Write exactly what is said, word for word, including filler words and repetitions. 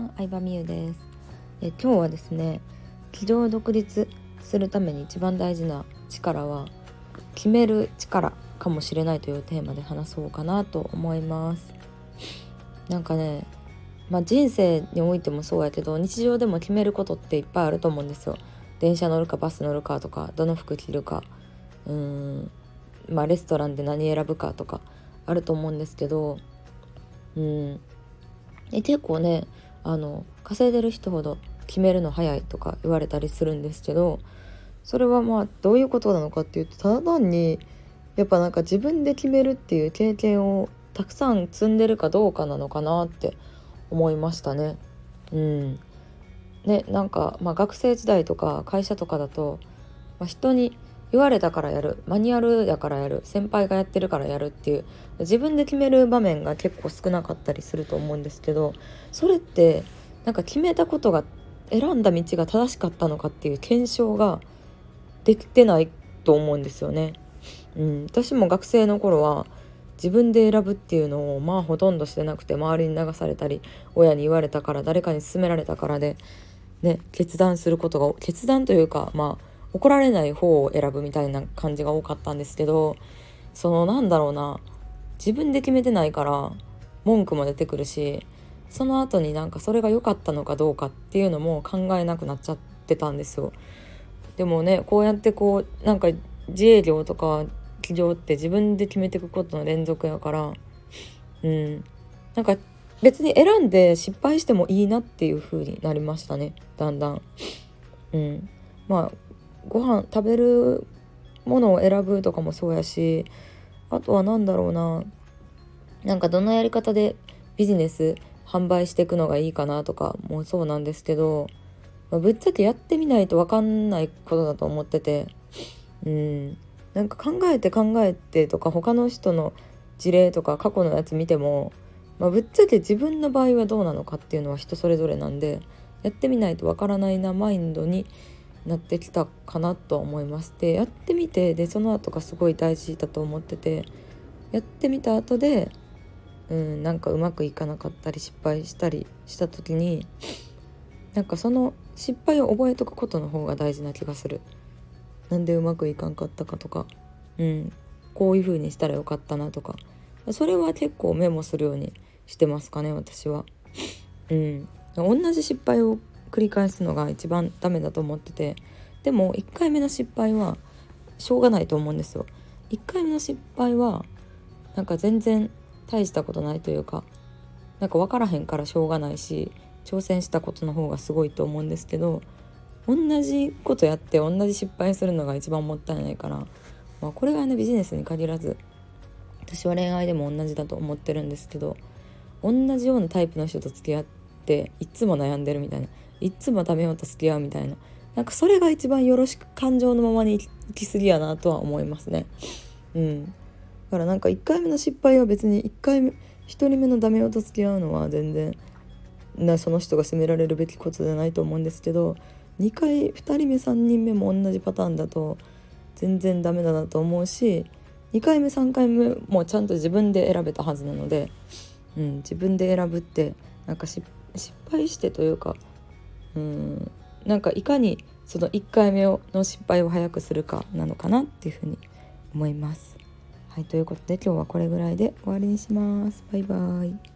ん、相葉美優です。え今日はですね、起業独立するために一番大事な力は決める力かもしれないというテーマで話そうかなと思います。なんかね、まあ、人生においてもそうやけど、日常でも決めることっていっぱいあると思うんですよ。電車乗るかバス乗るかとか、どの服着るか、うーんまあレストランで何選ぶかとかあると思うんですけど、うんえ結構ね、あの稼いでる人ほど決めるの早いとか言われたりするんですけど、それはまあどういうことなのかっていうと、ただ単にやっぱなんか自分で決めるっていう経験をたくさん積んでるかどうかなのかなって思いましたね。うんね、なんか、まあ、学生時代とか会社とかだと、まあ、人に言われたからやる、マニュアルやからやる、先輩がやってるからやるっていう自分で決める場面が結構少なかったりすると思うんですけど、それってなんか決めたことが、選んだ道が正しかったのかっていう検証ができてないと思うんですよね。うん、私も学生の頃は自分で選ぶっていうのをまあほとんどしてなくて、周りに流されたり親に言われたから、誰かに勧められたからでね、決断することが、決断というか、まあ怒られない方を選ぶみたいな感じが多かったんですけど、そのなんだろうな、自分で決めてないから文句も出てくるし、その後になんかそれが良かったのかどうかっていうのも考えなくなっちゃってたんですよ。でもね、こうやってこうなんか自営業とか起業って自分で決めていくことの連続やから、うんなんか別に選んで失敗してもいいなっていう風になりましたね、だんだん。うんまあご飯食べるものを選ぶとかもそうやし、あとはなんだろうな、なんかどのやり方でビジネス販売していくのがいいかなとかもそうなんですけど、まあぶっちゃけやってみないと分かんないことだと思ってて、うんなんか考えて考えてとか他の人の事例とか過去のやつ見ても、まあ、ぶっちゃけ自分の場合はどうなのかっていうのは人それぞれなんで、やってみないとわからないなマインドになってきたかなと思います。でやってみて、でその後がすごい大事だと思ってて、やってみた後でうんなんかうまくいかなかったり失敗したりした時に、なんかその失敗を覚えとくことの方が大事な気がする。なんでうまくいかんかったかとか、うん、こういう風にしたらよかったなとか、それは結構メモするようにしてますかね、私は。うん、同じ失敗を繰り返すのが一番ダメだと思ってて、でもいっかいめの失敗はしょうがないと思うんですよ。いっかいめの失敗はなんか全然大したことないというか、なんか分からへんからしょうがないし、挑戦したことの方がすごいと思うんですけど、同じことやって同じ失敗するのが一番もったいないから、まあ、これがねビジネスに限らず私は恋愛でも同じだと思ってるんですけど、同じようなタイプの人と付き合っていつも悩んでるみたいな、いつもダメよと付き合うみたいな、なんかそれが一番よろしく感情のままに生きすぎやなとは思いますね。うんだからなんかいっかいめの失敗は別にいっかいめひとりめのダメよと付き合うのは全然なその人が責められるべきことじゃないと思うんですけど、にかいふたりめさんにんめも同じパターンだと全然ダメだなと思うし、にかいめさんかいめもちゃんと自分で選べたはずなので、うん、自分で選ぶってなんか失敗してというか、うんなんかいかにそのいっかいめの失敗を早くするかなのかなっていうふうに思います。はい、ということで今日はこれぐらいで終わりにします。バイバイ。